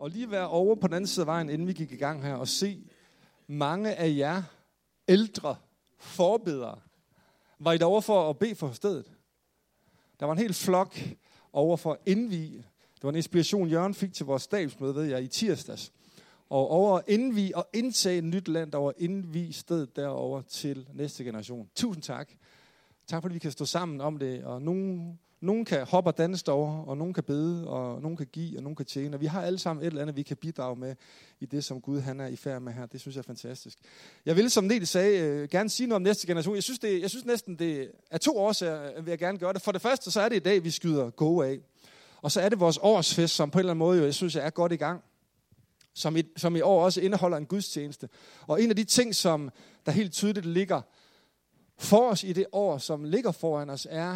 og lige være over på den anden side af vejen, inden vi gik i gang her, og se mange af jer ældre forbedere. Var I derovre for at bede for stedet? Der var en hel flok over for at indvie. Det var en inspiration, Jørgen fik til vores stabsmøde, ved jeg, i tirsdags. Og over at indvie og indtage et nyt land, over at indvie stedet derover til næste generation. Tusind tak. Tak fordi vi kan stå sammen om det, og nogen kan hoppe og danse derovre, og nogen kan bede, og nogen kan give, og nogen kan tjene. Og vi har alle sammen et eller andet, vi kan bidrage med i det, som Gud han er i færd med her. Det synes jeg er fantastisk. Jeg vil, som Nete sagde, gerne sige noget om næste generation. Jeg synes næsten, det er 2 årsager, vil jeg gerne gøre det. For det første, så er det i dag, vi skyder Go af. Og så er det vores årsfest, som på en eller anden måde, jeg synes, jeg er godt i gang. Som i år også indeholder en gudstjeneste. Og en af de ting, som der helt tydeligt ligger for os i det år, som ligger foran os, er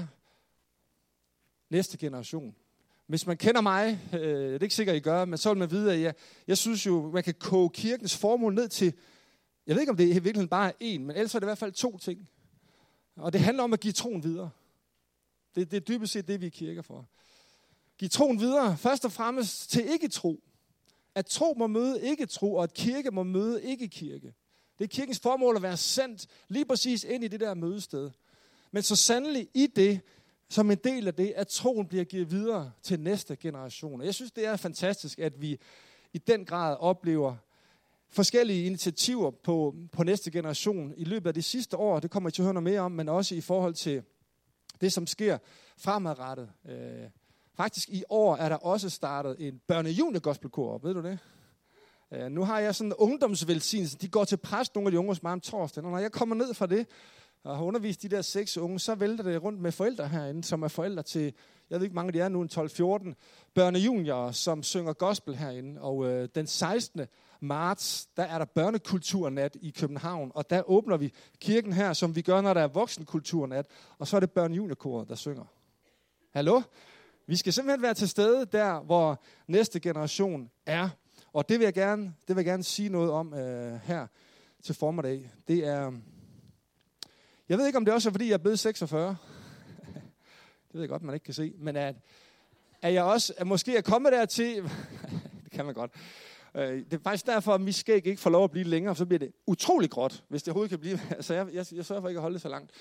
næste generation. Hvis man kender mig, det er ikke sikkert, I gør, men så vil man vide, at jeg synes jo, man kan koge kirkens formål ned til, jeg ved ikke, om det i virkeligheden bare er én, men ellers er det i hvert fald 2 ting. Og det handler om at give troen videre. Det er dybest set det, vi er kirker for. Give troen videre, først og fremmest til ikke-tro. At tro må møde ikke-tro, og at kirke må møde ikke-kirke. Det er kirkens formål at være sendt lige præcis ind i det der mødested. Men så sandelig i det, som en del af det, at troen bliver givet videre til næste generation. Og jeg synes, det er fantastisk, at vi i den grad oplever forskellige initiativer på næste generation i løbet af det sidste år. Det kommer I til at høre noget mere om, men også i forhold til det, som sker fremadrettet. Faktisk i år er der også startet en børne-junior-gospelkor op, ved du det? Nu har jeg sådan en ungdomsvelsignelse. De går til præst, nogle af de unge hos mig om torsdagen. Og når jeg kommer ned fra det, og har undervist de der 6 unge, så vælter det rundt med forældre herinde, som er forældre til, jeg ved ikke mange de er nu, en 12-14 børnejuniorer, som synger gospel herinde. Og den 16. marts, der er der børnekulturnat i København, og der åbner vi kirken her, som vi gør, når der er voksenkulturnat, og så er det børnejuniorkoret, der synger. Hallo? Vi skal simpelthen være til stede der, hvor næste generation er. Og det vil jeg gerne sige noget om her til formiddag. Det er, jeg ved ikke, om det også er, fordi jeg er blevet 46. Det ved jeg godt, man ikke kan se. Men at jeg også måske er kommet dertil, det kan man godt. Det er faktisk derfor, at mit skæg ikke får lov at blive længere, så bliver det utrolig gråt, hvis det overhovedet kan blive. Altså jeg sørger for ikke at holde det så langt.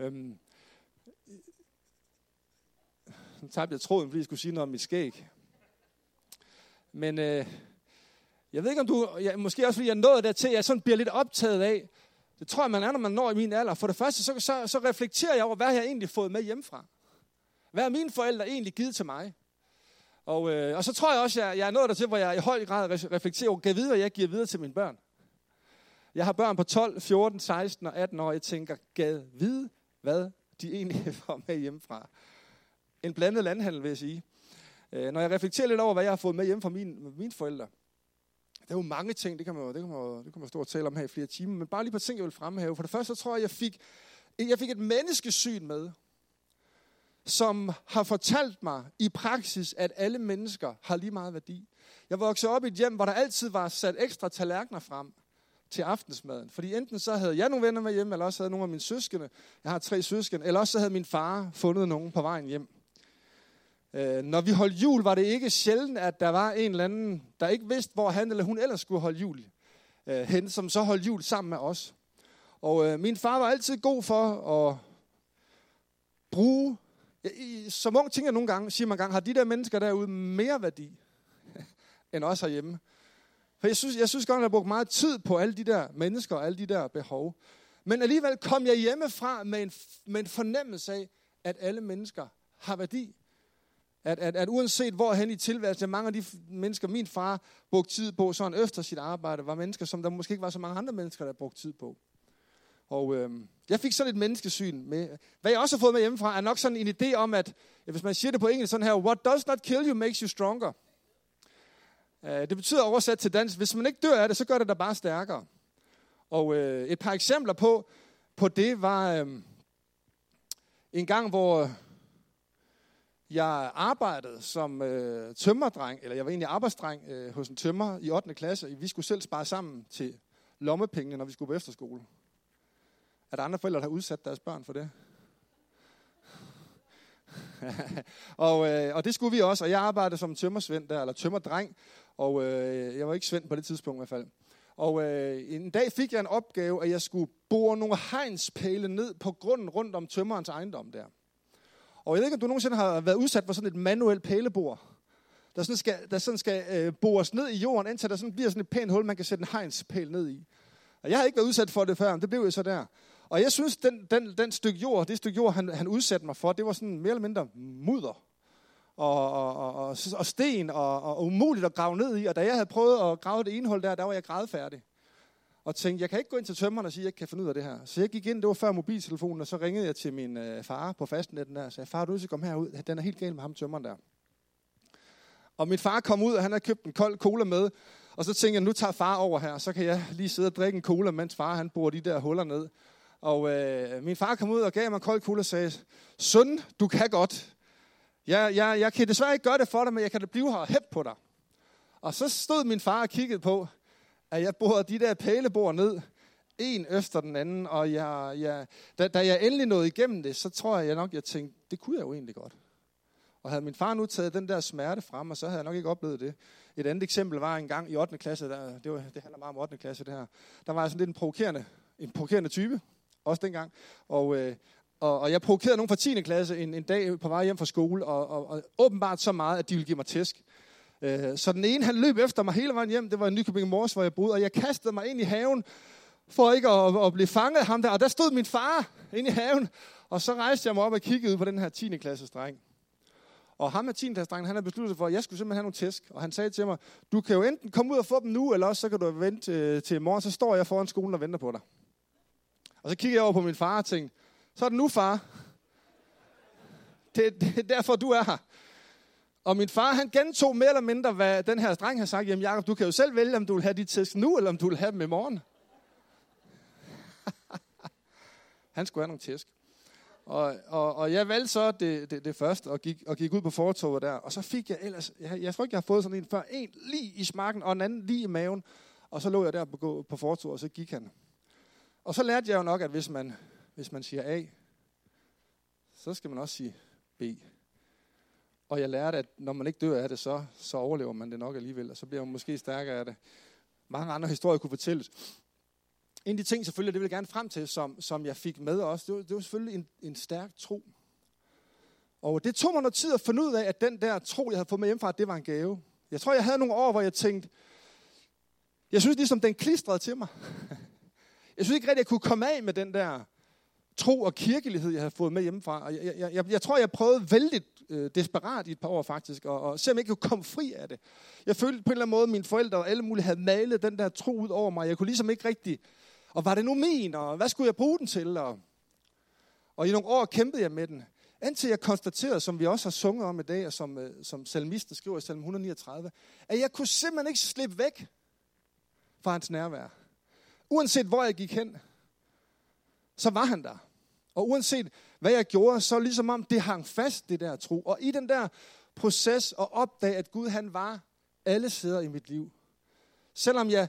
Nu tabte jeg tråden, fordi jeg skulle sige noget om mit skæg. Men jeg ved ikke, om du, måske også fordi jeg nåede dertil, jeg sådan bliver lidt optaget af, det tror jeg, man er, når man når i min alder. For det første, så reflekterer jeg over, hvad har jeg egentlig fået med hjemmefra? Hvad har mine forældre egentlig givet til mig? Og så tror jeg også, jeg er nået dertil, hvor jeg i høj grad reflekterer over, hvad jeg giver videre til mine børn. Jeg har børn på 12, 14, 16 og 18 år, og jeg tænker, gad vide, hvad de egentlig får med hjemmefra. En blandet landhandel, vil jeg sige. Når jeg reflekterer lidt over, hvad jeg har fået med hjemme fra mine forældre, der er jo mange ting, det kan man stå og tale om her i flere timer, men bare lige på ting, jeg vil fremhæve. For det første, så tror jeg fik et menneskesyn med, som har fortalt mig i praksis, at alle mennesker har lige meget værdi. Jeg voksede op i et hjem, hvor der altid var sat ekstra tallerkener frem til aftensmaden. Fordi enten så havde jeg nogle venner med hjem, eller også havde nogle af mine søskende, jeg har 3 søskende, eller også så havde min far fundet nogen på vejen hjem. Når vi holdt jul, var det ikke sjældent, at der var en eller anden, der ikke vidste, hvor han eller hun ellers skulle holde jul hen, som så holdt jul sammen med os. Og min far var altid god for at bruge, som ung tænker jeg nogle gange, siger man gang, har de der mennesker derude mere værdi end os herhjemme? For jeg synes godt, at jeg har brugt meget tid på alle de der mennesker og alle de der behov. Men alligevel kom jeg hjemmefra med en fornemmelse af, at alle mennesker har værdi. At uanset hvorhen i tilværelsen, mange af de mennesker, min far brugte tid på, sådan efter sit arbejde, var mennesker, som der måske ikke var så mange andre mennesker, der brugte tid på. Og jeg fik sådan et menneskesyn med. Hvad jeg også har fået med hjemmefra, er nok sådan en idé om, at hvis man siger det på engelsk sådan her, what does not kill you makes you stronger. Det betyder oversat til dansk, hvis man ikke dør af det, så gør det dig bare stærkere. Og et par eksempler på det var en gang, hvor jeg arbejdede som tømmerdreng, eller jeg var egentlig arbejdsdreng hos en tømrer i 8. klasse. Vi skulle selv spare sammen til lommepengene, når vi skulle på efterskole. Er der andre forældre, der har udsat deres børn for det? og det skulle vi også, og jeg arbejdede som tømmersvend der, eller tømmerdreng. Og jeg var ikke Svend på det tidspunkt i hvert fald. Og en dag fik jeg en opgave, at jeg skulle bore nogle hegnspæle ned på grunden rundt om tømmerens ejendom der. Og jeg ved ikke, om du nogensinde har været udsat for sådan et manuelt pælebor, der sådan skal bores ned i jorden, indtil der sådan bliver sådan et pænt hul, man kan sætte en hegnspæl ned i. Og jeg har ikke været udsat for det før, men det blev jeg så der. Og jeg synes, det stykke jord, han udsatte mig for, det var sådan mere eller mindre mudder og sten og umuligt at grave ned i. Og da jeg havde prøvet at grave det ene hul der var jeg grædfærdig. Og tænkte, jeg kan ikke gå ind til tømmeren og sige, at jeg ikke kan finde ud af det her. Så jeg gik ind, det var før mobiltelefonen, og så ringede jeg til min far på fastnetten der og sagde, far, du skal komme herud, den er helt gal med ham tømmeren der. Og min far kom ud, og han havde købt en kold cola med, og så tænkte jeg, nu tager far over her, så kan jeg lige sidde og drikke en cola, mens far han borer de der huller ned. Og min far kom ud og gav mig en kold cola og sagde, søn, du kan godt. Jeg kan desværre ikke gøre det for dig, men jeg kan da blive her og hæppe på dig. Og så stod min far og kiggede på, at jeg borede de der pælebor ned, en efter den anden, og da jeg endelig nåede igennem det, så tror jeg tænkte, det kunne jeg jo egentlig godt. Og havde min far nu taget den der smerte frem, og så havde jeg nok ikke oplevet det. Et andet eksempel var en gang i 8. klasse, det handler meget om 8. klasse det her, der var jeg sådan lidt en provokerende type, også dengang, og jeg provokerede nogen fra 10. klasse en dag på vej hjem fra skole, og åbenbart så meget, at de ville give mig tæsk. Så den ene, han løb efter mig hele vejen hjem, det var i Nykøbing Mors, hvor jeg boede, og jeg kastede mig ind i haven, for ikke at blive fanget af ham der, og der stod min far inde i haven, og så rejste jeg mig op og kiggede ud på den her 10. klasses dreng. Og ham af 10. klasses drengen, han havde besluttet sig for, at jeg skulle simpelthen have nogle tæsk, og han sagde til mig, du kan jo enten komme ud og få dem nu, eller også så kan du vente til i morgen, så står jeg foran skolen og venter på dig. Og så kiggede jeg over på min far og tænkte, så er det nu, far. Det er derfor, du er her. Og min far, han gentog mere eller mindre, hvad den her dreng har sagt. Jamen Jacob, du kan jo selv vælge, om du vil have de tæsk nu, eller om du vil have dem i morgen. Han skulle have nogle tæsk. Og jeg valgte så det første, og gik ud på fortovet der. Og så fik jeg ellers, jeg tror ikke, jeg har fået sådan en før. En lige i smakken, og en anden lige i maven. Og så lå jeg der på fortovet, og så gik han. Og så lærte jeg jo nok, at hvis man siger A, så skal man også sige B. Og jeg lærte, at når man ikke dør af det, så overlever man det nok alligevel, og så bliver man måske stærkere af det. Mange andre historier kunne fortælles. En af de ting selvfølgelig, det vil jeg gerne frem til, som jeg fik med også, det var selvfølgelig en stærk tro. Og det tog mig noget tid at finde ud af, at den der tro, jeg havde fået med hjemmefra, det var en gave. Jeg tror, jeg havde nogle år, hvor jeg tænkte, jeg synes ligesom, den klistrede til mig. Jeg synes ikke rigtig, jeg kunne komme af med den der tro og kirkelighed, jeg havde fået med hjemmefra. Og jeg tror, jeg prøvede vældig desperat i et par år faktisk, og se om jeg ikke kunne komme fri af det. Jeg følte på en eller anden måde, at mine forældre og alle mulige havde malet den der tro ud over mig. Jeg kunne ligesom ikke rigtig, og var det nu min, og hvad skulle jeg bruge den til? Og i nogle år kæmpede jeg med den. Indtil jeg konstaterede, som vi også har sunget om i dag, og som salmisten skriver i salme 139, at jeg kunne simpelthen ikke slippe væk fra hans nærvær. Uanset hvor jeg gik hen, så var han der. Og uanset hvad jeg gjorde, så ligesom om det hang fast, det der tro. Og i den der proces at opdage, at Gud han var alle steder i mit liv. Selvom jeg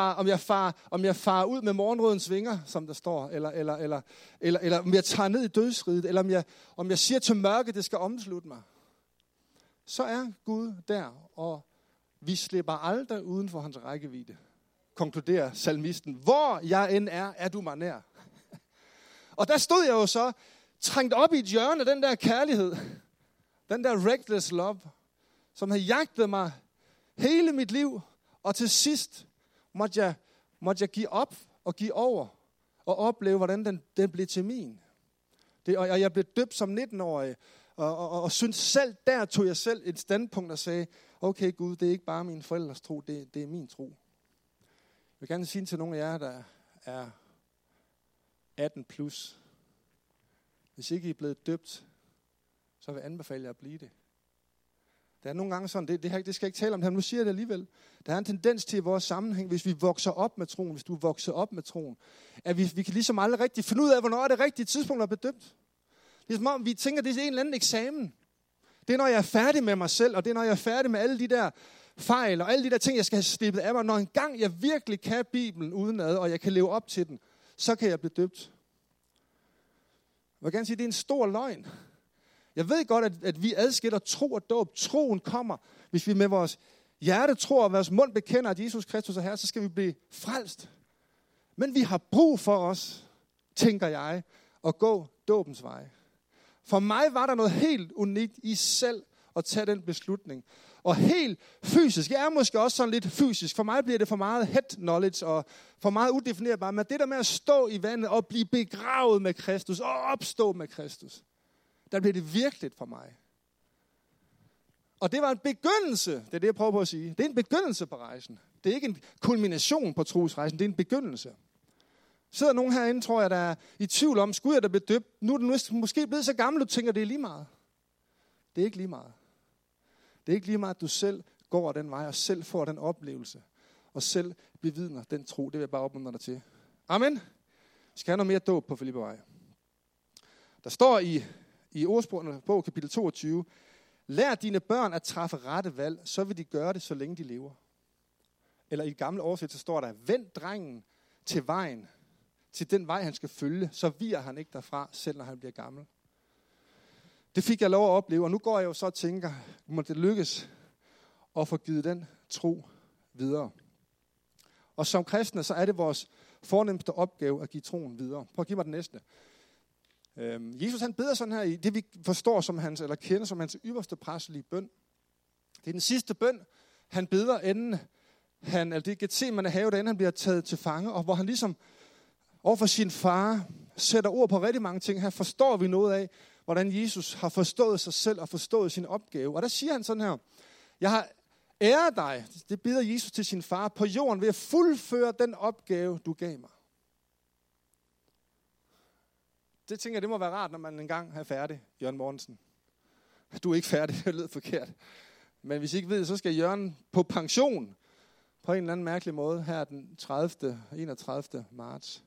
farer ud med morgenrødens vinger, som der står, eller om jeg tager ned i dødsriget, eller om jeg siger til mørke, det skal omslutte mig, så er Gud der, og vi slipper aldrig uden for hans rækkevidde. Konkluderer salmisten, hvor jeg end er du mig nær. Og der stod jeg jo så, trængt op i et hjørne, den der kærlighed, den der reckless love, som havde jagtet mig hele mit liv, og til sidst måtte jeg give op og give over, og opleve, hvordan den blev til min. Og jeg blev døbt som 19-årig, og synes selv, der tog jeg selv et standpunkt og sagde, okay Gud, det er ikke bare mine forældres tro, det er min tro. Jeg vil gerne sige til nogle af jer, der er 18 plus. Hvis ikke I er blevet døbt, så vil jeg anbefale jer at blive det. Der er nogle gange sådan, det skal jeg ikke tale om det her, men nu siger jeg det alligevel. Der er en tendens til i vores sammenhæng, hvis vi vokser op med troen, hvis du vokser op med troen, at vi kan ligesom aldrig rigtig finde ud af, hvornår er det rigtige tidspunkt at blive døbt. Det er som om, vi tænker, det er en eller anden eksamen. Det er, når jeg er færdig med mig selv, og det er, når jeg er færdig med alle de der fejl, og alle de der ting, jeg skal have slippet af mig. Når engang jeg virkelig kan Bibelen udenad, og jeg kan leve op til den, så kan jeg blive døbt. Jeg vil gerne sige, at det er en stor løgn. Jeg ved godt, at vi adskiller tro og dåb. Troen kommer, hvis vi med vores hjerte tror og vores mund bekender, at Jesus Kristus er Herre, så skal vi blive frelst. Men vi har brug for os, tænker jeg, at gå dåbens vej. For mig var der noget helt unikt i selv at tage den beslutning. Og helt fysisk, jeg er måske også sådan lidt fysisk, for mig bliver det for meget head knowledge og for meget udefinerbart, men det der med at stå i vandet og blive begravet med Kristus og opstå med Kristus, der bliver det virkeligt for mig. Og det var en begyndelse, det er det jeg prøver på at sige. Det er en begyndelse på rejsen. Det er ikke en kulmination på trosrejsen, det er en begyndelse. Sidder nogen herinde, tror jeg, der er i tvivl om, skulle jeg da blive døbt? Nu er du måske blevet så gammel, du tænker, det er lige meget. Det er ikke lige meget. Det er ikke lige meget, at du selv går den vej, og selv får den oplevelse, og selv bevidner den tro. Det vil jeg bare opmuntre dig til. Amen. Vi skal have noget mere dåb på Filippevej. Der står i Ordsprogenes bog, kapitel 22, lær dine børn at træffe rette valg, så vil de gøre det, så længe de lever. Eller i et gammelt oversættelse står der, vend drengen til vejen, til den vej, han skal følge, så viger han ikke derfra, selv når han bliver gammel. Det fik jeg lov at opleve, og nu går jeg jo så og tænker, må det lykkes at få givet den tro videre. Og som kristne, så er det vores fornemmeste opgave at give troen videre. Prøv at give mig den næste. Jesus han beder sådan her i det vi forstår som hans, eller kender som hans ypperste præstelige bøn. Det er den sidste bøn, han beder, inden det er Getsemane have, inden han bliver taget til fange, og hvor han ligesom overfor sin far sætter ord på rigtig mange ting. Her forstår vi noget af, hvordan Jesus har forstået sig selv og forstået sin opgave. Og der siger han sådan her, jeg har æret dig, det beder Jesus til sin far, på jorden ved at fuldføre den opgave, du gav mig. Det tænker jeg, det må være rart, når man engang er færdig, Jørgen Mortensen. Du er ikke færdig, det lød forkert. Men hvis I ikke ved det, så skal Jørgen på pension på en eller anden mærkelig måde her den 31. marts.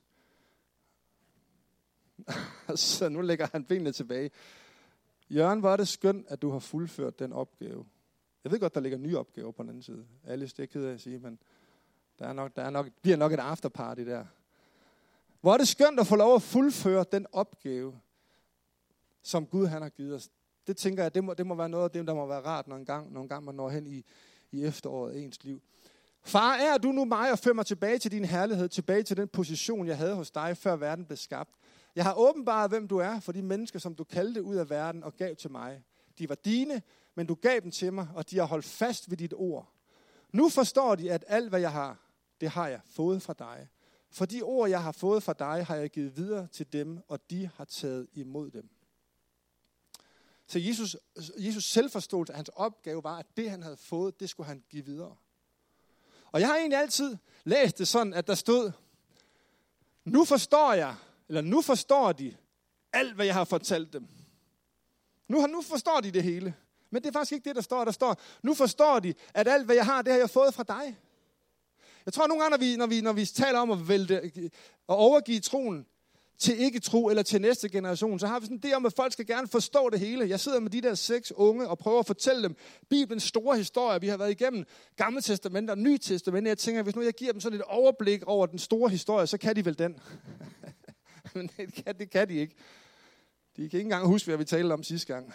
Så nu lægger han benene tilbage. Jørgen, hvor er det skønt, at du har fuldført den opgave. Jeg ved godt, der ligger nye opgaver på den anden side. Alice, det er ked af at sige, men bliver nok et afterparty der. Hvor er det skønt at få lov at fuldføre den opgave, som Gud han har givet os. Det tænker jeg, det må være noget af det, der må være rart, nogle gange man når hen i efteråret af ens liv. Far, er du nu mig og fører mig tilbage til din herlighed, tilbage til den position, jeg havde hos dig, før verden blev skabt. Jeg har åbenbaret, hvem du er for de mennesker, som du kaldte ud af verden og gav til mig. De var dine, men du gav dem til mig, og de har holdt fast ved dit ord. Nu forstår de, at alt, hvad jeg har, det har jeg fået fra dig. For de ord, jeg har fået fra dig, har jeg givet videre til dem, og de har taget imod dem. Så Jesus selvforståelse af hans opgave var, at det, han havde fået, det skulle han give videre. Og jeg har egentlig altid læst det sådan, at der stod, nu forstår de alt, hvad jeg har fortalt dem. Nu forstår de det hele. Men det er faktisk ikke det, der står. Der står, nu forstår de, at alt, hvad jeg har, det har jeg fået fra dig. Jeg tror nogle gange, når vi taler om at vælte og overgive troen til ikke-tro eller til næste generation, så har vi sådan det om, at folk skal gerne forstå det hele. Jeg sidder med de der 6 unge og prøver at fortælle dem Bibelens store historie. Vi har været igennem Gamle Testament og Nye Testament. Jeg tænker, hvis nu jeg giver dem sådan et overblik over den store historie, så kan de vel den. Men det kan de ikke. De kan ikke engang huske, hvad vi talte om sidste gang.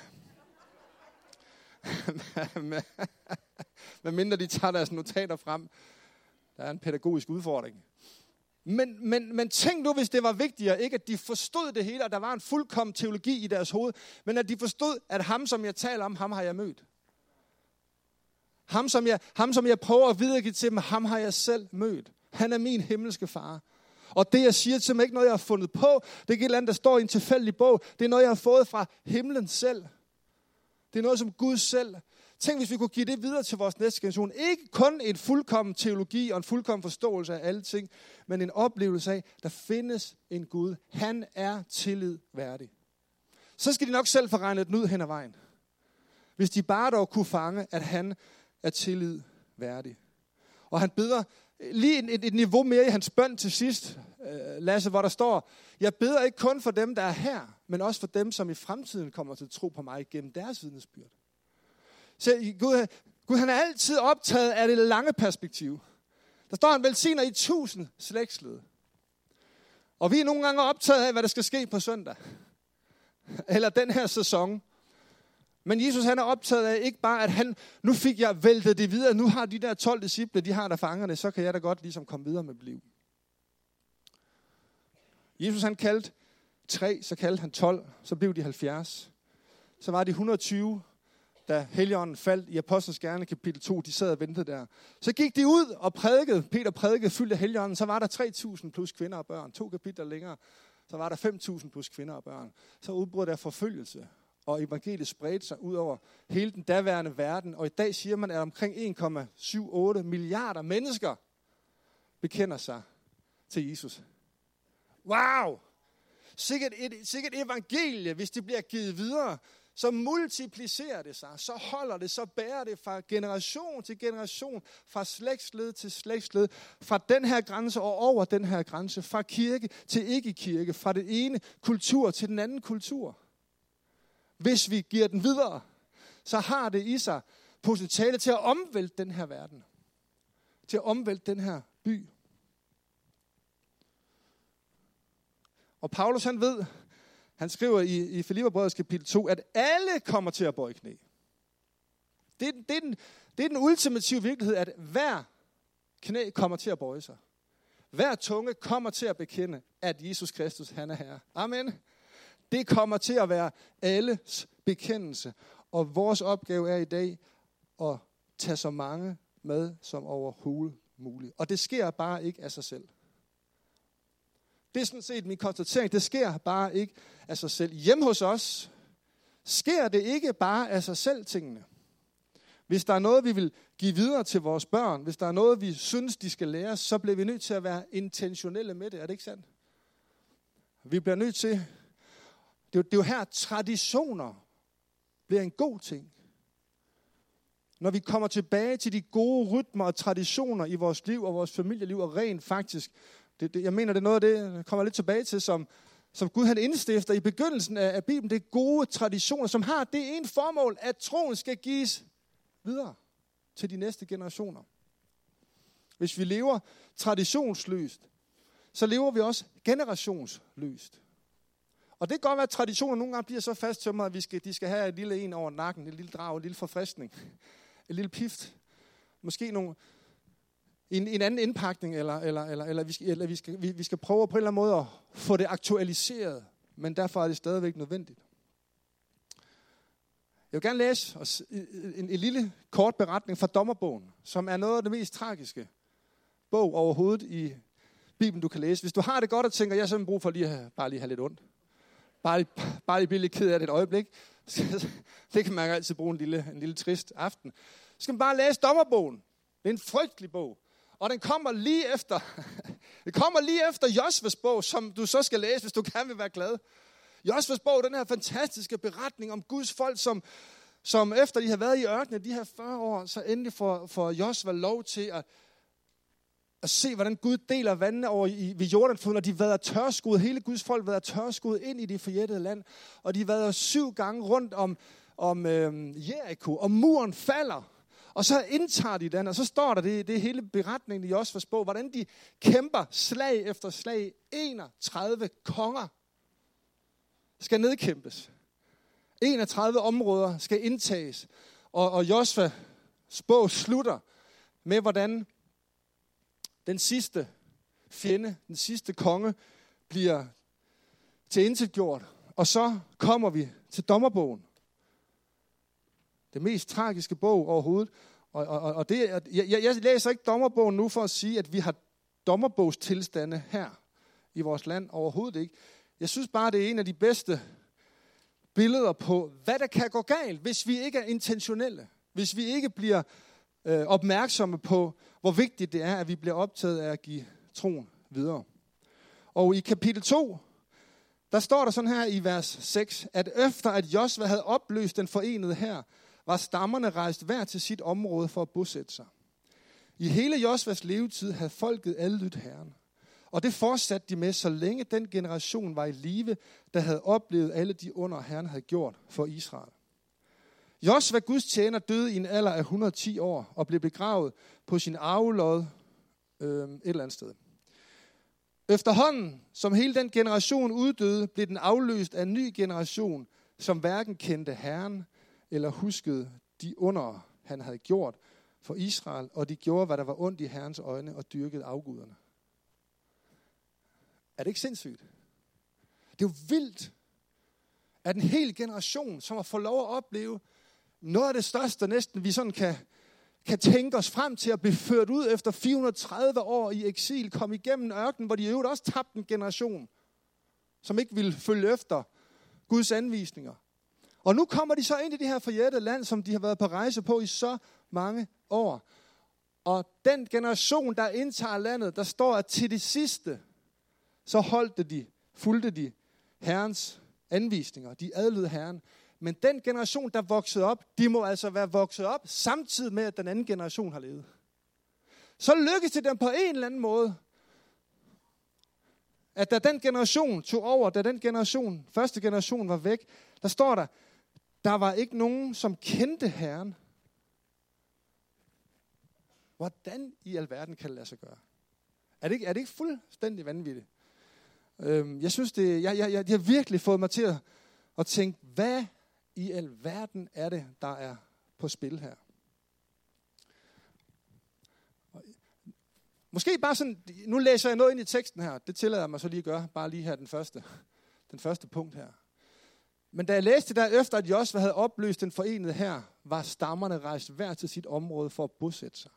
Hvad mindre de tager deres notater frem. Der er en pædagogisk udfordring. Men tænk nu, hvis det var vigtigere, ikke at de forstod det hele, og der var en fuldkommen teologi i deres hoved, men at de forstod, at ham, som jeg taler om, ham har jeg mødt. Ham, som jeg prøver at videregive til dem, ham har jeg selv mødt. Han er min himmelske far. Og det, jeg siger til dem, er ikke noget, jeg har fundet på. Det er ikke et eller andet, der står i en tilfældig bog. Det er noget, jeg har fået fra himlen selv. Det er noget, som Gud selv. Tænk, hvis vi kunne give det videre til vores næste generation. Ikke kun en fuldkommen teologi og en fuldkommen forståelse af alle ting, men en oplevelse af, der findes en Gud. Han er tillid værdig. Så skal de nok selv få regnet den ud hen ad vejen. Hvis de bare dog kunne fange, at han er tillid værdig. Og han beder lige et niveau mere i hans bøn til sidst, Lasse, hvor der står, jeg beder ikke kun for dem, der er her, men også for dem, som i fremtiden kommer til at tro på mig gennem deres vidnesbyrd. Så Gud han er altid optaget af det lange perspektiv. Der står, han velsigner i 1000 slægtsled. Og vi er nogle gange optaget af, hvad der skal ske på søndag. Eller den her sæson. Men Jesus han er optaget af ikke bare, at nu fik jeg væltet det videre, nu har de der 12 disciple, de har der fangerne, så kan jeg da godt ligesom komme videre med mit liv. Jesus han kaldte 3, så kaldte han 12, så blev de 70. Så var de 120, da Helligånden faldt i Apostlenes Gerninger kapitel 2, de sad og ventede der. Så gik de ud og prædikede, Peter prædikede fyldt af Helligånden, så var der 3.000 plus kvinder og børn. 2 kapitler længere, så var der 5.000 plus kvinder og børn. Så udbrød der forfølgelse, og evangeliet spredte sig ud over hele den daværende verden. Og i dag siger man, at omkring 1,78 milliarder mennesker bekender sig til Jesus. Wow! Sikkert et evangelie, hvis det bliver givet videre, så multiplicerer det sig, så holder det, så bærer det fra generation til generation, fra slægtsled til slægtsled, fra den her grænse og over den her grænse, fra kirke til ikke-kirke, fra den ene kultur til den anden kultur. Hvis vi giver den videre, så har det i sig potentiale til at omvælte den her verden, til at omvælte den her by. Og Paulus han ved, han skriver i Filipperbrevets kapitel 2, at alle kommer til at bøje knæ. Det er den ultimative virkelighed, at hver knæ kommer til at bøje sig. Hver tunge kommer til at bekende, at Jesus Kristus han er Herre. Amen. Det kommer til at være alles bekendelse. Og vores opgave er i dag at tage så mange med som overhovedet muligt. Og det sker bare ikke af sig selv. Det er sådan set min konstatering. Det sker bare ikke af sig selv. Hjemme hos os sker det ikke bare af sig selv tingene. Hvis der er noget, vi vil give videre til vores børn, hvis der er noget, vi synes, de skal lære, så bliver vi nødt til at være intentionelle med det. Er det ikke sandt? Vi bliver nødt til... Det er jo her, traditioner bliver en god ting. Når vi kommer tilbage til de gode rytmer og traditioner i vores liv og vores familieliv, og rent faktisk... Jeg mener, det er noget af det, jeg kommer lidt tilbage til, som Gud han indstifter i begyndelsen af Bibelen. Det er gode traditioner, som har det ene formål, at troen skal gives videre til de næste generationer. Hvis vi lever traditionsløst, så lever vi også generationsløst. Og det kan godt være, at traditioner nogle gange bliver så fasttømret, at de skal have et lille en over nakken, et lille drag, en lille forfriskning, et lille pift. Måske en anden indpakning, eller vi skal prøve på en eller anden måde at få det aktualiseret, men derfor er det stadigvæk nødvendigt. Jeg vil gerne læse en lille kort beretning fra Dommerbogen, som er noget af det mest tragiske bog overhovedet i Bibelen, du kan læse. Hvis du har det godt og tænker, jeg har simpelthen brug for bare lige have lidt ondt. Bare lige blive lidt ked af det et øjeblik. Det kan man altid bruge en lille trist aften. Så skal man bare læse Dommerbogen. Det er en frygtelig bog. Og den kommer lige efter Josvas bog, som du så skal læse, hvis du gerne vil være glad. Josvas bog, den her fantastiske beretning om Guds folk, som efter de har været i ørkenen de her 40 år, så endelig får Josva lov til at se, hvordan Gud deler vandene over ved Jordanfloden, og de vader tørskud. Hele Guds folk vader tørskud ind i det forjættede land, og de vader 7 gange rundt om Jericho, og muren falder. Og så indtager de den, og så står der det hele beretningen i Josvas bog, hvordan de kæmper slag efter slag. 31 konger skal nedkæmpes. 31 områder skal indtages. Og Josvas bog slutter med, hvordan den sidste fjende, den sidste konge, bliver tilintetgjort. Og så kommer vi til Dommerbogen. Det mest tragiske bog overhovedet. Og det, jeg læser ikke Dommerbogen nu for at sige, at vi har dommerbogstilstande her i vores land. Overhovedet ikke. Jeg synes bare, det er en af de bedste billeder på, hvad der kan gå galt, hvis vi ikke er intentionelle. Hvis vi ikke bliver opmærksomme på, hvor vigtigt det er, at vi bliver optaget af at give troen videre. Og i kapitel 2, der står der sådan her i vers 6, at efter at Josva havde opløst den forenede hær, var stammerne rejst hver til sit område for at bosætte sig. I hele Josvas levetid havde folket adlydt Herren. Og det fortsatte de med, så længe den generation var i live, der havde oplevet alle de under Herren havde gjort for Israel. Josva, Guds tjener, døde i en alder af 110 år og blev begravet på sin arvelod et eller andet sted. Efterhånden, som hele den generation uddøde, blev den afløst af en ny generation, som hverken kendte Herren eller huskede de under, han havde gjort for Israel, og de gjorde, hvad der var ondt i Herrens øjne, og dyrkede afguderne. Er det ikke sindssygt? Det er jo vildt, at en hel generation, som har fået lov at opleve noget af det største næsten, vi sådan kan tænke os frem til at blive ført ud efter 430 år i eksil, komme igennem ørkenen, hvor de i øvrigt også tabte en generation, som ikke ville følge efter Guds anvisninger. Og nu kommer de så ind i det her forjættede land, som de har været på rejse på i så mange år. Og den generation, der indtager landet, der står, at til det sidste, så fulgte de Herrens anvisninger. De adlød Herren. Men den generation, der voksede op, de må altså være vokset op, samtidig med, at den anden generation har levet. Så lykkedes det dem på en eller anden måde, at da den generation tog over, første generation var væk, der står der var ikke nogen, som kendte Herren. Hvordan i alverden kan det lade sig gøre? Er det ikke fuldstændig vanvittigt? Jeg synes, det har virkelig fået mig til at tænke, hvad i alverden er det, der er på spil her? Måske bare sådan, nu læser jeg noget ind i teksten her, det tillader jeg mig så lige at gøre, bare lige her den første punkt her. Men da jeg læste der efter, at Josva havde opløst den forenede her, var stammerne rejst hver til sit område for at bosætte sig.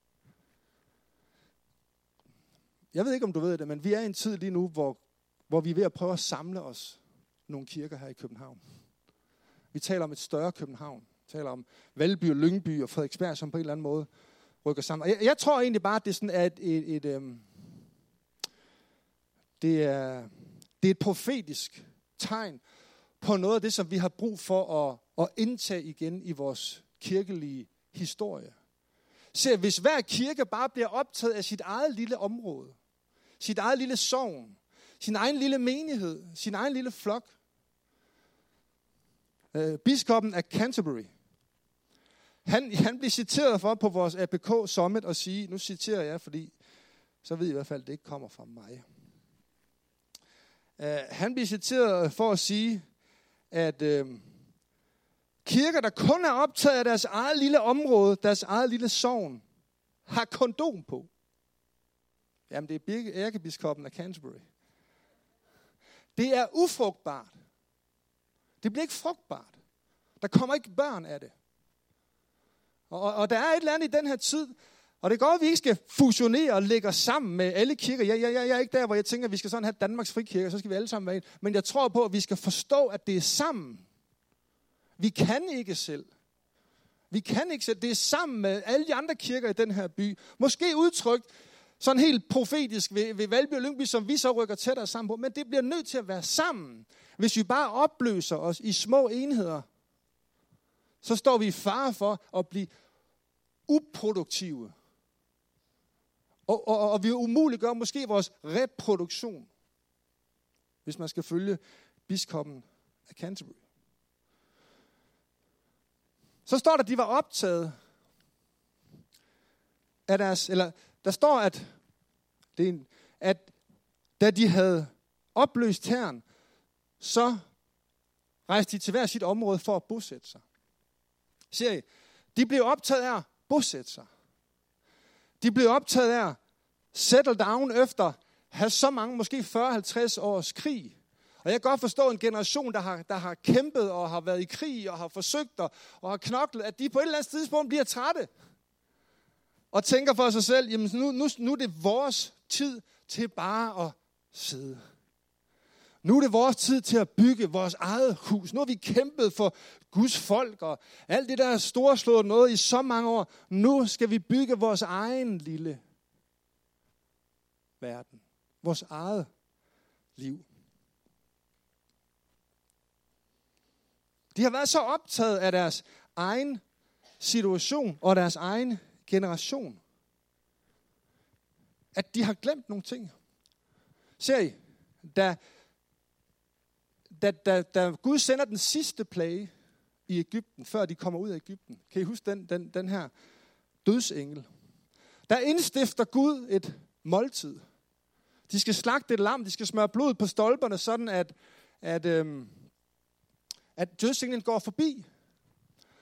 Jeg ved ikke, om du ved det, men vi er i en tid lige nu, hvor vi er ved at prøve at samle os nogle kirker her i København. Vi taler om et større København. Vi taler om Valby og Lyngby og Frederiksberg, som på en eller anden måde rykker sammen. Og jeg tror egentlig bare, at det sådan er det er et profetisk tegn på noget af det, som vi har brug for at indtage igen i vores kirkelige historie. Se, hvis hver kirke bare bliver optaget af sit eget lille område, sit eget lille sogn, sin egen lille menighed, sin egen lille flok. Biskoppen af Canterbury, han blev citeret for på vores APK Summit at sige, nu citerer jeg, fordi så ved I hvert fald, at det ikke kommer fra mig. Han blev citeret for at sige, at kirker, der kun er optaget af deres eget lille område, deres eget lille sogn, har kondom på. Jamen, det er ærkebiskoppen af Canterbury. Det er ufrugtbart. Det bliver ikke frugtbart. Der kommer ikke børn af det. Og der er et eller andet i den her tid, og det går, at vi ikke skal fusionere og lægge os sammen med alle kirker. Jeg er ikke der, hvor jeg tænker, at vi skal sådan have Danmarks frikirke, så skal vi alle sammen være en. Men jeg tror på, at vi skal forstå, at det er sammen. Vi kan ikke selv. Det er sammen med alle de andre kirker i den her by. Måske udtrykt sådan helt profetisk ved Valby og Lyngby, som vi så rykker tættere sammen på. Men det bliver nødt til at være sammen. Hvis vi bare opløser os i små enheder, så står vi i fare for at blive uproduktive. Og vi umuliggør måske vores reproduktion, hvis man skal følge biskoppen af Canterbury. Så står at de var optaget af deres, eller der står, at da de havde opløst Herren, så rejste de til hver sit område for at bosætte sig. Ser I? De blev optaget af at bosætte sig. De blev optaget af at settle down efter at have så mange, måske 40-50 års krig. Og jeg kan godt forstå en generation, der har kæmpet og har været i krig og har forsøgt og har knoklet, at de på et eller andet tidspunkt bliver trætte. Og tænker for sig selv, jamen nu er det vores tid til bare at sidde. Nu er det vores tid til at bygge vores eget hus. Nu har vi kæmpet for Guds folk og alt det der storslået noget i så mange år. Nu skal vi bygge vores egen lille verden. Vores eget liv. De har været så optaget af deres egen situation og deres egen generation, at de har glemt nogle ting. Ser I, da Gud sender den sidste plage i Egypten, før de kommer ud af Egypten, kan I huske den her dødsengel? Der indstifter Gud et måltid. De skal slagte et lam, de skal smøre blod på stolperne, sådan at dødsenglen går forbi.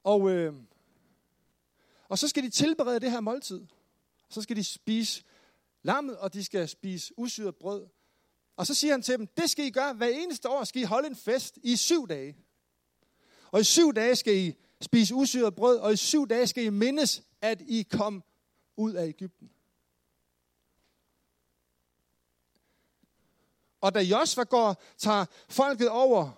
Og så skal de tilberede det her måltid. Så skal de spise lammet, og de skal spise usyret brød. Og så siger han til dem, det skal I gøre hver eneste år, skal I holde en fest i 7 dage. Og i 7 dage skal I spise usyret brød, og i 7 dage skal I mindes, at I kom ud af Egypten. Og da Josva tager folket over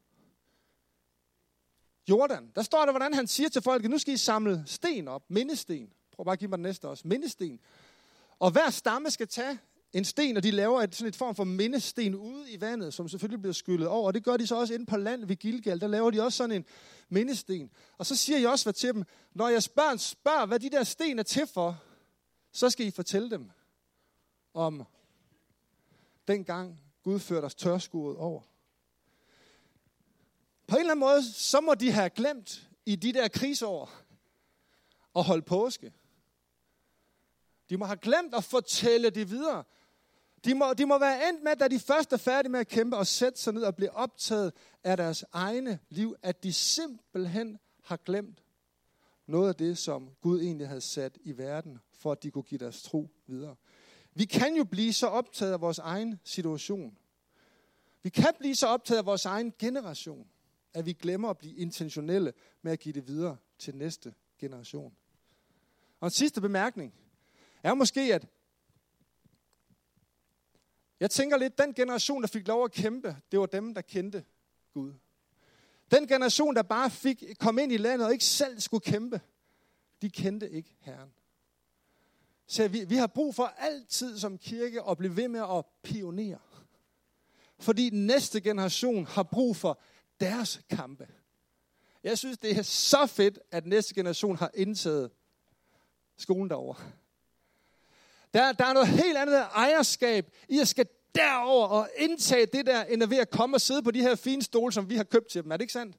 Jordan, der står der, hvordan han siger til folket, nu skal I samle sten op, mindesten. Prøv bare at give mig den næste også, mindesten. Og hver stamme skal tage en sten, og de laver sådan et form for mindesten ude i vandet, som selvfølgelig bliver skyllet over. Og det gør de så også inde på land ved Gilgal. Der laver de også sådan en mindesten. Og så siger Josva til dem, når jeres børn spørger, hvad de der sten er til for, så skal I fortælle dem om dengang Gud førte os tørskuret over. På en eller anden måde, så må de have glemt i de der krigsår at holde påske. De må have glemt at fortælle det videre. De må være endt med, da de først er færdige med at kæmpe og sætte sig ned og blive optaget af deres egne liv, at de simpelthen har glemt noget af det, som Gud egentlig havde sat i verden, for at de kunne give deres tro videre. Vi kan jo blive så optaget af vores egen situation. Vi kan blive så optaget af vores egen generation, at vi glemmer at blive intentionelle med at give det videre til næste generation. Og en sidste bemærkning er måske, at jeg tænker lidt, den generation, der fik lov at kæmpe, det var dem, der kendte Gud. Den generation, der bare kom ind i landet og ikke selv skulle kæmpe, de kendte ikke Herren. Så vi har brug for altid som kirke at blive ved med at pionere. Fordi næste generation har brug for deres kampe. Jeg synes, det er så fedt, at næste generation har indtaget skolen derovre. Der er noget helt andet ejerskab i at skal derover og indtage det der, end at ved at komme og sidde på de her fine stole, som vi har købt til dem. Er det ikke sandt?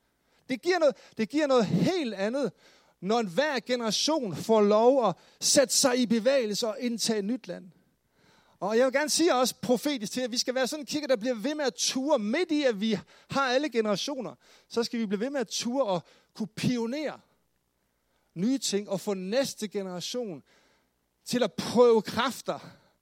Det giver noget helt andet, når hver generation får lov at sætte sig i bevægelse og indtage nyt land. Og jeg vil gerne sige også profetisk til, at vi skal være sådan en kirke, der bliver ved med at ture midt i, at vi har alle generationer. Så skal vi blive ved med at ture og kunne pionere nye ting og få næste generation til at prøve kræfter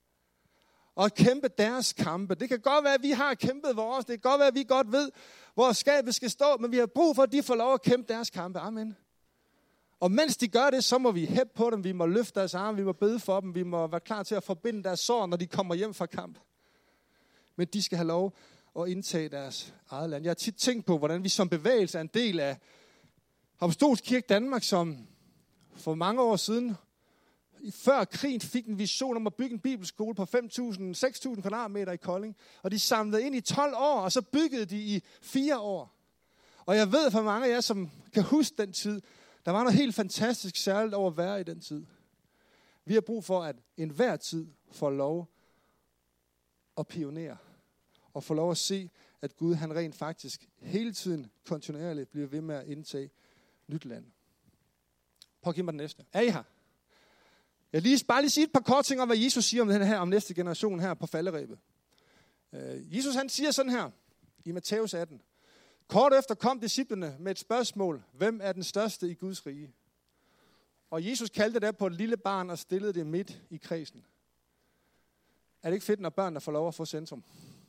og kæmpe deres kampe. Det kan godt være, at vi har kæmpet vores. Det kan godt være, at vi godt ved, hvor skabet skal stå, men vi har brug for, at de får lov at kæmpe deres kampe. Amen. Og mens de gør det, så må vi hæppe på dem, vi må løfte deres arme, vi må bede for dem, vi må være klar til at forbinde deres sår, når de kommer hjem fra kamp. Men de skal have lov at indtage deres eget land. Jeg har tit tænkt på, hvordan vi som bevægelse er en del af Apostolsk Kirke Danmark, som for mange år siden, før krigen, fik en vision om at bygge en bibelskole på 6.000 kvadratmeter i Kolding. Og de samlede ind i 12 år, og så byggede de i 4 år. Og jeg ved for mange af jer, som kan huske den tid, der var noget helt fantastisk særligt over at være i den tid. Vi har brug for, at enhver tid får lov at pionere. Og får lov at se, at Gud han rent faktisk hele tiden kontinuerligt bliver ved med at indtage nyt land. Prøv at give mig den næste. Er I her? Jeg vil bare lige sige et par kort ting om, hvad Jesus siger om den her, om næste generation her på falderebet. Jesus han siger sådan her i Matthæus 18. Kort efter kom disciplene med et spørgsmål. Hvem er den største i Guds rige? Og Jesus kaldte det på et lille barn og stillede det midt i kredsen. Er det ikke fedt, når børnene får lov at få centrum?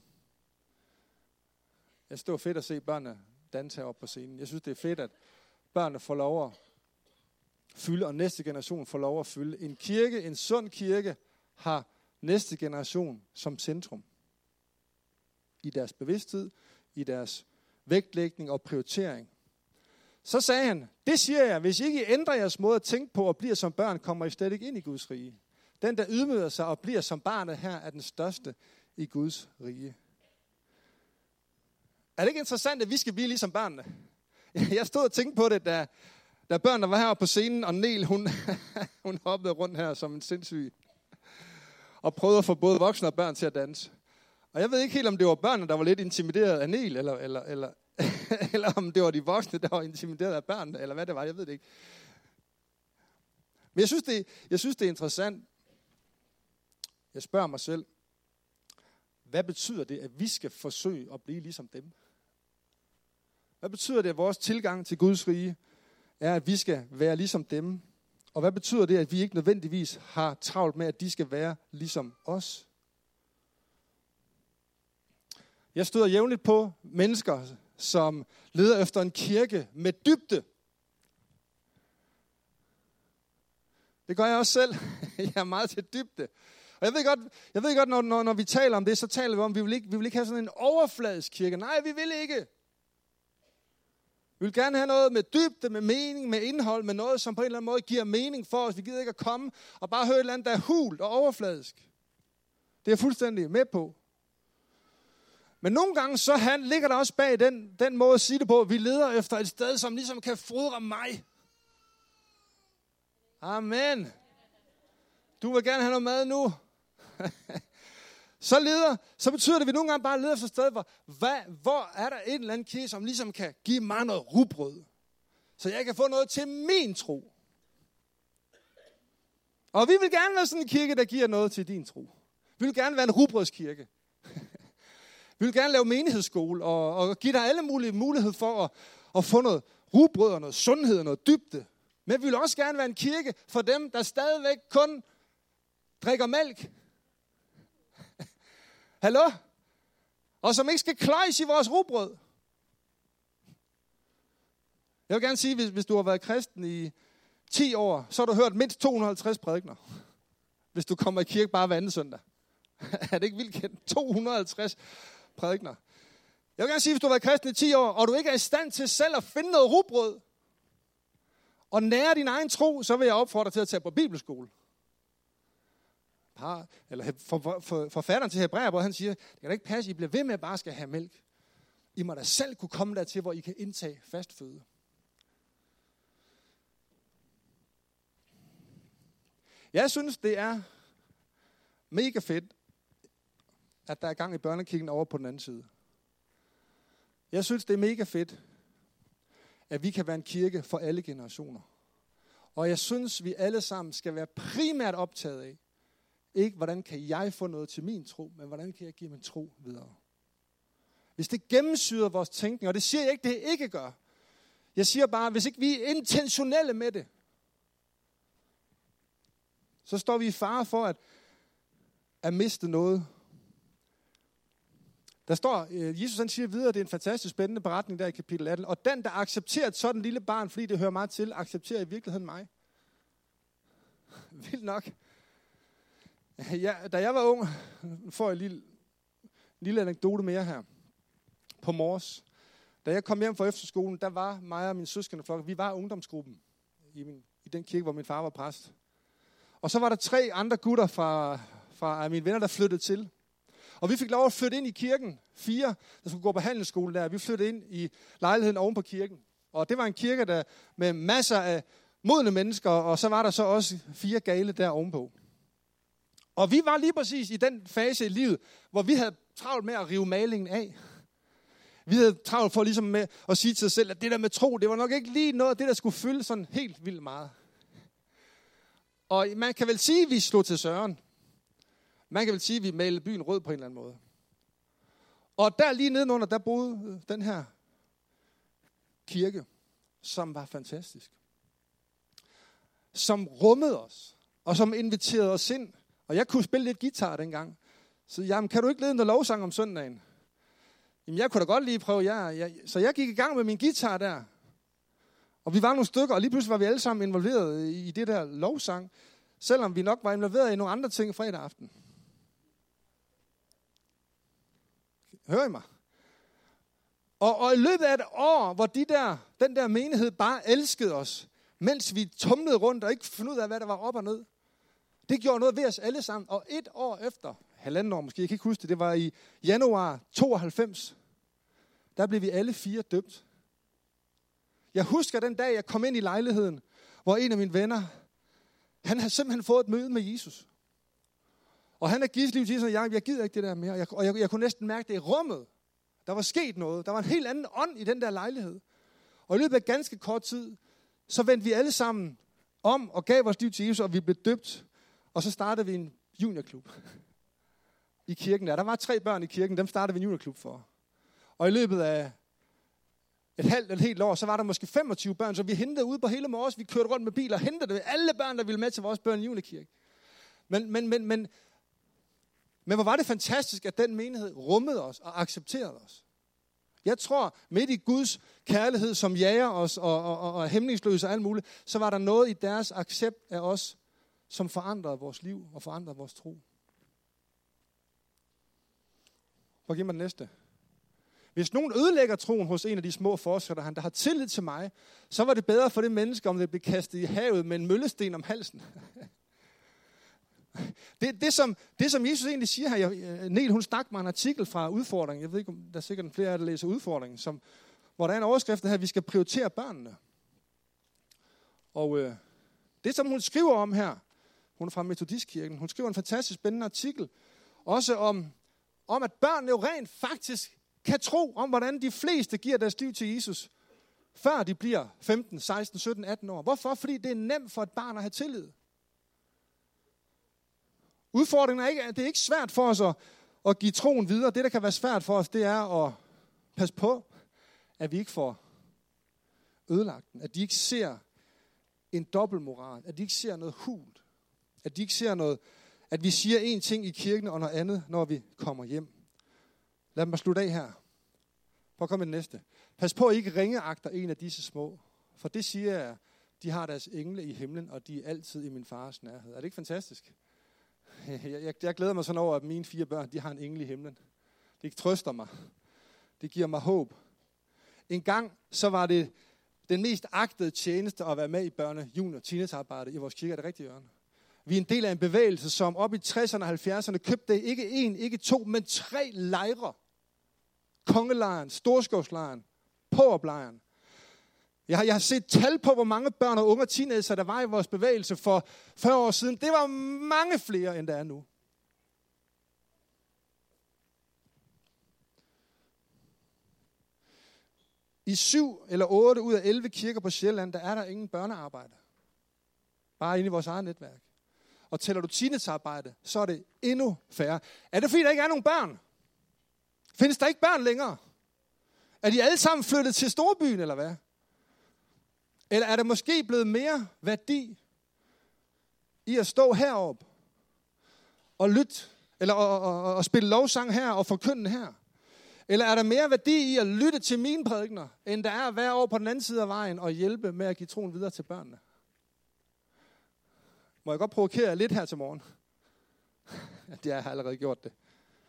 Jeg synes, det var fedt at se børnene danse heroppe på scenen. Jeg synes, det er fedt, at børnene får lov at fylde, og næste generation får lov at fylde. En kirke, en sund kirke, har næste generation som centrum. I deres bevidsthed, i deres vægtlægning og prioritering. Så sagde han, det siger jeg, hvis ikke I ændrer jeres måde at tænke på og bliver som børn, kommer I slet ikke ind i Guds rige. Den, der ydmyger sig og bliver som barnet her, er den største i Guds rige. Er det ikke interessant, at vi skal blive ligesom børnene? Jeg stod og tænkte på det, da børnene var heroppe på scenen, og Nel, hun hoppede rundt her som en sindssyg, og prøvede at få både voksne og børn til at danse. Og jeg ved ikke helt, om det var børnene, der var lidt intimideret af Nel, eller om det var de voksne, der var intimideret af børnene, eller hvad det var, jeg ved det ikke. Men jeg synes, det er interessant. Jeg spørger mig selv, hvad betyder det, at vi skal forsøge at blive ligesom dem? Hvad betyder det, at vores tilgang til Guds rige er, at vi skal være ligesom dem. Og hvad betyder det, at vi ikke nødvendigvis har travlt med, at de skal være ligesom os? Jeg støder jævnligt på mennesker, som leder efter en kirke med dybde. Det gør jeg også selv. Jeg er meget til dybde. Og jeg ved godt når vi taler om det, så taler vi om, at vi vil ikke have sådan en overfladisk kirke. Nej, vi vil ikke. Vi vil gerne have noget med dybde, med mening, med indhold, med noget, som på en eller anden måde giver mening for os. Vi gider ikke at komme og bare høre et eller andet, der er hult og overfladisk. Det er jeg fuldstændig med på. Men nogle gange så ligger der også bag den måde at sige det på, at vi leder efter et sted, som ligesom kan fodre mig. Amen. Du vil gerne have noget mad nu. Så betyder det, at vi nogle gange bare leder efter et sted, hvor er der en eller anden kirke, som ligesom kan give mig noget rugbrød, så jeg kan få noget til min tro. Og vi vil gerne være sådan en kirke, der giver noget til din tro. Vi vil gerne være en rugbrødskirke. Vi vil gerne lave menighedsskole og give dig alle mulige muligheder for at få noget rugbrød og noget sundhed og noget dybde. Men vi vil også gerne være en kirke for dem, der stadigvæk kun drikker mælk. Hallo? Og som ikke skal kløjes i vores rugbrød. Jeg vil gerne sige, hvis du har været kristen i 10 år, så har du hørt mindst 250 prædikener. Hvis du kommer i kirke bare hver anden søndag. Er det ikke vildt kendt? 250 prædikener. Jeg vil gerne sige, hvis du har været kristen i 10 år, og du ikke er i stand til selv at finde noget rugbrød, og nære din egen tro, så vil jeg opfordre dig til at tage på bibelskole. Forfatteren til Hebræerbrevet, han siger, det kan da ikke passe, I bliver ved med at bare skal have mælk. I må da selv kunne komme dertil, hvor I kan indtage fast føde. Jeg synes, det er mega fedt, at der er gang i børnekirken over på den anden side. Jeg synes, det er mega fedt, at vi kan være en kirke for alle generationer. Og jeg synes, vi alle sammen skal være primært optaget af, ikke hvordan kan jeg få noget til min tro, men hvordan kan jeg give min tro videre. Hvis det gennemsyrer vores tænkning, og det siger jeg ikke, det ikke gør. Jeg siger bare, hvis ikke vi er intentionelle med det, så står vi i fare for at miste noget. Der står, Jesus han siger videre, det er en fantastisk spændende beretning der i kapitel 18, og den, der accepterer et sådan lille barn, fordi det hører meget til, accepterer i virkeligheden mig. Vildt nok. Da jeg var ung, får jeg en lille anekdote mere her, på Mors. Da jeg kom hjem fra efterskolen, der var mig og min søskendeflok, vi var ungdomsgruppen i den kirke, hvor min far var præst. Og så var der 3 andre gutter fra mine venner, der flyttede til. Og vi fik lov at flytte ind i kirken. 4, der skulle gå på handelsskole der. Vi flyttede ind i lejligheden oven på kirken. Og det var en kirke der med masser af modne mennesker, og så var der så også 4 gale der ovenpå. Og vi var lige præcis i den fase i livet, hvor vi havde travlt med at rive malingen af. Vi havde travlt for ligesom med at sige til os selv, at det der med tro, det var nok ikke lige noget af det, der skulle fylde sådan helt vildt meget. Og man kan vel sige, at vi slog til Søren. Man kan vel sige, at vi malede byen rød på en eller anden måde. Og der lige nedenunder, der boede den her kirke, som var fantastisk. Som rummede os, og som inviterede os ind. Og jeg kunne spille lidt guitar dengang. Så jamen, kan du ikke lede noget lovsang om søndagen? Jamen, jeg kunne da godt lige prøve. Så jeg gik i gang med min guitar der. Og vi var nogle stykker, og lige pludselig var vi alle sammen involveret i det der lovsang. Selvom vi nok var involveret i nogle andre ting fredag aften. Hører I mig? Og i løbet af et år, hvor den der menighed bare elskede os, mens vi tumlede rundt og ikke fandt ud af, hvad der var op og ned. Det gjorde noget ved os alle sammen. Og 1 år efter, 1,5 år måske, jeg kan ikke huske det, det var i januar 92, der blev vi alle 4 døbt. Jeg husker den dag, jeg kom ind i lejligheden, hvor en af mine venner, han havde simpelthen fået et møde med Jesus. Og han har givet liv til Jesus, og jeg gider ikke det der mere. Og jeg kunne næsten mærke det i rummet. Der var sket noget. Der var en helt anden ånd i den der lejlighed. Og i løbet af ganske kort tid, så vendte vi alle sammen om og gav vores liv til Jesus, og vi blev døbt. Og så startede vi en juniorklub i kirken der. Der var 3 børn i kirken, dem startede vi en juniorklub for. Og i løbet af et halvt eller et helt år, så var der måske 25 børn, så vi hentede ud på hele Mors. Vi kørte rundt med biler og hentede det. Alle børn, der ville med til vores børn i julekirke. Men hvor var det fantastisk, at den menighed rummede os og accepterede os. Jeg tror, midt i Guds kærlighed, som jager os og er hæmningsløs og alt muligt, så var der noget i deres accept af os, som forandrede vores liv og forandrede vores tro. Prøv at give mig den næste. Hvis nogen ødelægger troen hos en af de små forskere, der har tillid til mig, så var det bedre for det menneske, om det blev kastet i havet med en møllesten om halsen. Det som Jesus egentlig siger her, Nel, hun snakker med en artikel fra Udfordringen. Jeg ved ikke, om der er sikkert flere af der læser Udfordringen, hvor der er en overskrift her, at vi skal prioritere børnene. Og det, som hun skriver om her, hun er fra Metodistkirken, hun skriver en fantastisk spændende artikel, også om at børnene jo rent faktisk kan tro om, hvordan de fleste giver deres liv til Jesus, før de bliver 15, 16, 17, 18 år. Hvorfor? Fordi det er nemt for et barn at have tillid. Udfordringen det er ikke svært for os at give troen videre. Det, der kan være svært for os, det er at passe på, at vi ikke får ødelagt den. At de ikke ser en dobbeltmoral. At de ikke ser noget hult. At de ikke ser noget, at vi siger en ting i kirken og noget andet, når vi kommer hjem. Lad mig slutte af her. Prøv at komme med den næste. Pas på, at I ikke ringeagter en af disse små. For det siger jeg, de har deres engle i himlen, og de er altid i min fars nærhed. Er det ikke fantastisk? Jeg glæder mig sådan over, at mine 4 børn, de har en engel i himlen. Det trøster mig. Det giver mig håb. En gang, så var det den mest agtede tjeneste at være med i børne-, junior- og teenagearbejde i vores kirke. Er det rigtigt, Jørgen? Vi er en del af en bevægelse, som op i 60'erne og 70'erne købte ikke 1, ikke 2, men 3 lejre. Kongelejren, Storskovslejren, Påruplejren. Jeg har set tal på, hvor mange børn og unge og teenager, der var i vores bevægelse for 40 år siden. Det var mange flere, end der er nu. I 7 eller 8 ud af 11 kirker på Sjælland, der er der ingen børnearbejde. Bare inde i vores eget netværk. Og tæller du teenagearbejde, så er det endnu færre. Er det fordi, der ikke er nogen børn? Findes der ikke børn længere? Er de alle sammen flyttet til storbyen, eller hvad? Eller er der måske blevet mere værdi i at stå heroppe og lytte, eller og spille lovsang her og forkynde her? Eller er der mere værdi i at lytte til mine prædikener, end der er at være over på den anden side af vejen og hjælpe med at give troen videre til børnene? Må jeg godt provokere jer lidt her til morgen? Det har jeg allerede gjort det.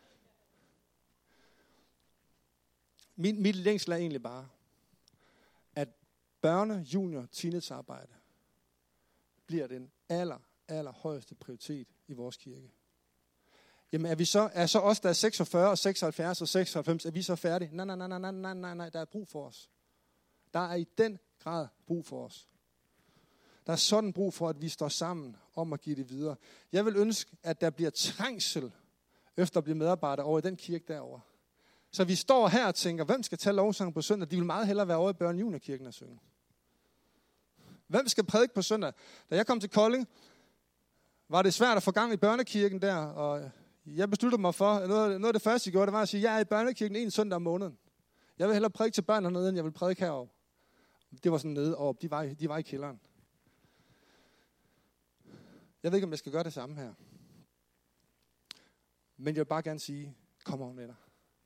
Mit længsel er egentlig bare, at børne-, junior- og teenagearbejde bliver den allerhøjeste prioritet i vores kirke. Jamen er så os, der er 46 og 76 og 96, er vi så færdige? Nej, der er brug for os. Der er i den grad brug for os. Der er sådan brug for, at vi står sammen om at give det videre. Jeg vil ønske, at der bliver trængsel efter at blive medarbejder over i den kirke derovre. Så vi står her og tænker, hvem skal tage lovsang på søndag? De vil meget hellere være over i børne- og juniorkirken og synge. Hvem skal prædike på søndag? Da jeg kom til Kolding, var det svært at få gang i børnekirken der, og jeg besluttede mig for, noget af det første, jeg gjorde, det var at sige, jeg er i børnekirken 1 søndag om måneden. Jeg vil hellere prædike til børn hernede, end jeg vil prædike heroppe. Det var sådan nede over, de var i kælderen. Jeg ved ikke, om jeg skal gøre det samme her. Men jeg vil bare gerne sige, kom over med dig.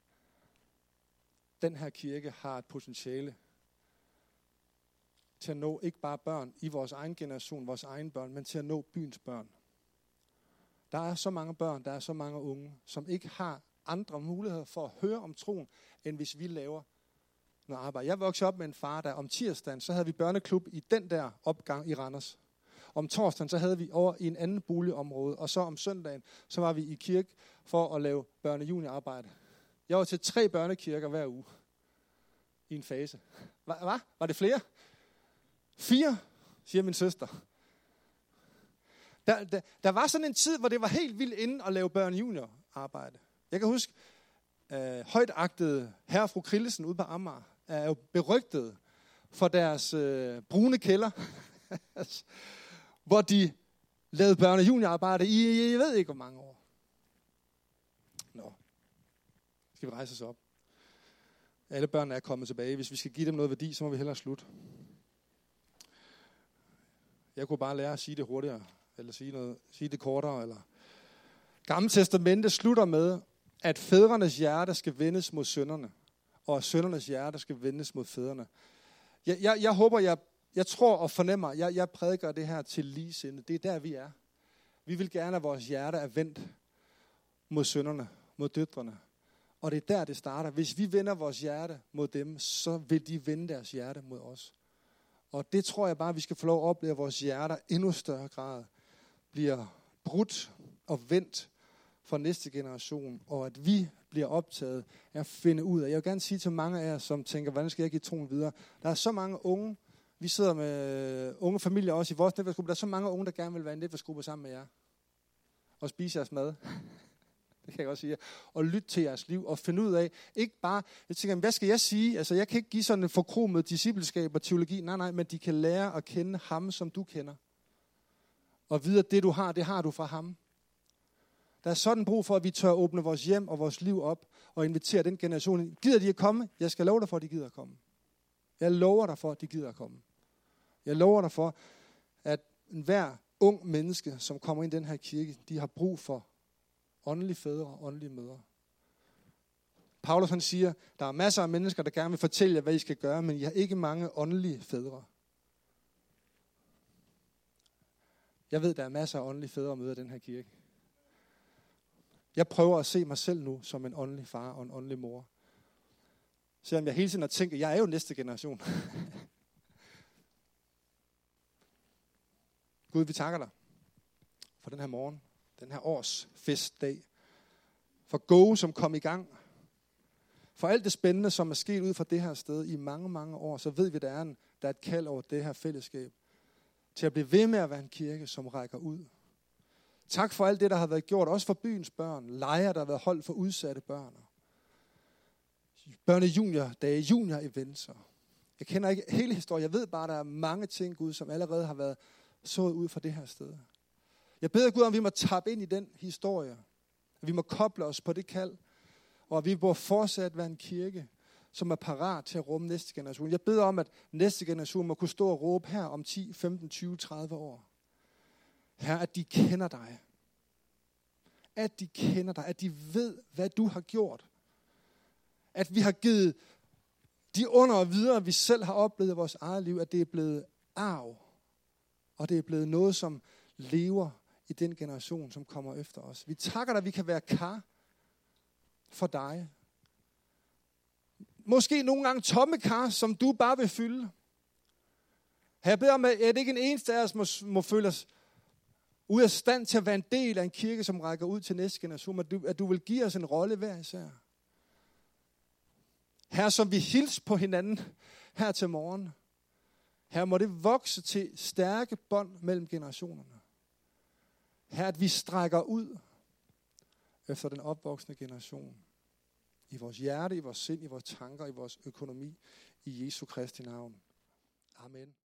Den her kirke har et potentiale til at nå ikke bare børn i vores egen generation, vores egen børn, men til at nå byens børn. Der er så mange børn, der er så mange unge, som ikke har andre muligheder for at høre om troen, end hvis vi laver noget arbejde. Jeg voksede op med en far, der om tirsdagen, så havde vi børneklub i den der opgang i Randers. Om torsdagen, så havde vi over i en anden boligområde, og så om søndagen, så var vi i kirke for at lave børne-juniorarbejde. Jeg var til 3 børnekirker hver uge i en fase. Hvad? Var det flere? 4, siger min søster. Der var sådan en tid, hvor det var helt vildt inde at lave børne-junior-arbejde. Jeg kan huske, højtagtede herre og fru Krillesen ude på Amager er jo berygtet for deres brune kælder, hvor de lavede børne- og juniorarbejde i, jeg ved ikke hvor mange år. Nå. Skal vi rejse os op? Alle børnene er kommet tilbage. Hvis vi skal give dem noget værdi, så må vi hellere slutte. Jeg kunne bare lære at sige det hurtigere, eller sige det kortere. Eller. Gamle Testamente slutter med, at fædrenes hjerte skal vendes mod sønnerne, og at sønnernes hjerte skal vendes mod fædrene. Jeg håber, jeg tror og fornemmer, jeg prædiker det her til ligesinde. Det er der, vi er. Vi vil gerne, at vores hjerte er vendt mod sønnerne, mod døtrene. Og det er der, det starter. Hvis vi vender vores hjerte mod dem, så vil de vende deres hjerte mod os. Og det tror jeg bare, vi skal få lov at opleve, at vores hjerter endnu større grad bliver brudt og vendt for næste generation, og at vi bliver optaget af at finde ud af. Jeg vil gerne sige til mange af jer, som tænker, hvordan skal jeg give troen videre? Der er så mange unge, vi sidder med unge familier også i vores netværksgruppe, der er så mange unge, der gerne vil være i en netværksgruppe sammen med jer. Og spise jeres mad. Det kan jeg også sige. Og lytte til jeres liv og finde ud af, ikke bare, jeg tænker, hvad skal jeg sige? Altså, jeg kan ikke give sådan en forkromet discipleskab og teologi. Nej, men de kan lære at kende ham, som du kender. Og vide, at det du har, det har du fra ham. Der er sådan brug for, at vi tør åbne vores hjem og vores liv op og invitere den generation. Gider de at komme? Jeg skal love dig for, at de gider at komme. Jeg lover dig for, at de gider at komme. Jeg lover dig for, at hver ung menneske, som kommer ind i den her kirke, de har brug for åndelige fædre og åndelige mødre. Paulus han siger, der er masser af mennesker, der gerne vil fortælle jer, hvad I skal gøre, men I har ikke mange åndelige fædre. Jeg ved, der er masser af åndelige fædre og mødre i den her kirke. Jeg prøver at se mig selv nu som en åndelig far og en åndelig mor. Selvom jeg hele tiden har tænkt, at jeg er jo næste generation. Gud, vi takker dig for den her morgen, den her års festdag. For Go, som kom i gang. For alt det spændende, som er sket ud fra det her sted i mange, mange år, så ved vi, der er et kald over det her fællesskab. Til at blive ved med at være en kirke, som rækker ud. Tak for alt det, der har været gjort, også for byens børn. Lejre, der har været holdt for udsatte børn. Børne-junior-dage, junior-events. Jeg kender ikke hele historien. Jeg ved bare, der er mange ting, Gud, som allerede har været sået ud fra det her sted. Jeg beder Gud, om vi må tappe ind i den historie. At vi må koble os på det kald. Og at vi må fortsat være en kirke, som er parat til at rumme næste generation. Jeg beder om, at næste generation må kunne stå og råbe her om 10, 15, 20, 30 år. Herre, at de kender dig. At de kender dig. At de ved, hvad du har gjort. At vi har givet de under og videre, vi selv har oplevet i vores eget liv, at det er blevet arv. Og det er blevet noget, som lever i den generation, som kommer efter os. Vi takker dig, at vi kan være kar for dig. Måske nogle gange tomme kar, som du bare vil fylde. Her beder om, at ikke en eneste af os må føle os ud af stand til at være en del af en kirke, som rækker ud til næste generation. At du vil give os en rolle hver især. Her som vi hilser på hinanden her til morgen. Her må det vokse til stærke bånd mellem generationerne. Her at vi strækker ud efter den opvoksende generation. I vores hjerte, i vores sind, i vores tanker, i vores økonomi. I Jesu Kristi navn. Amen.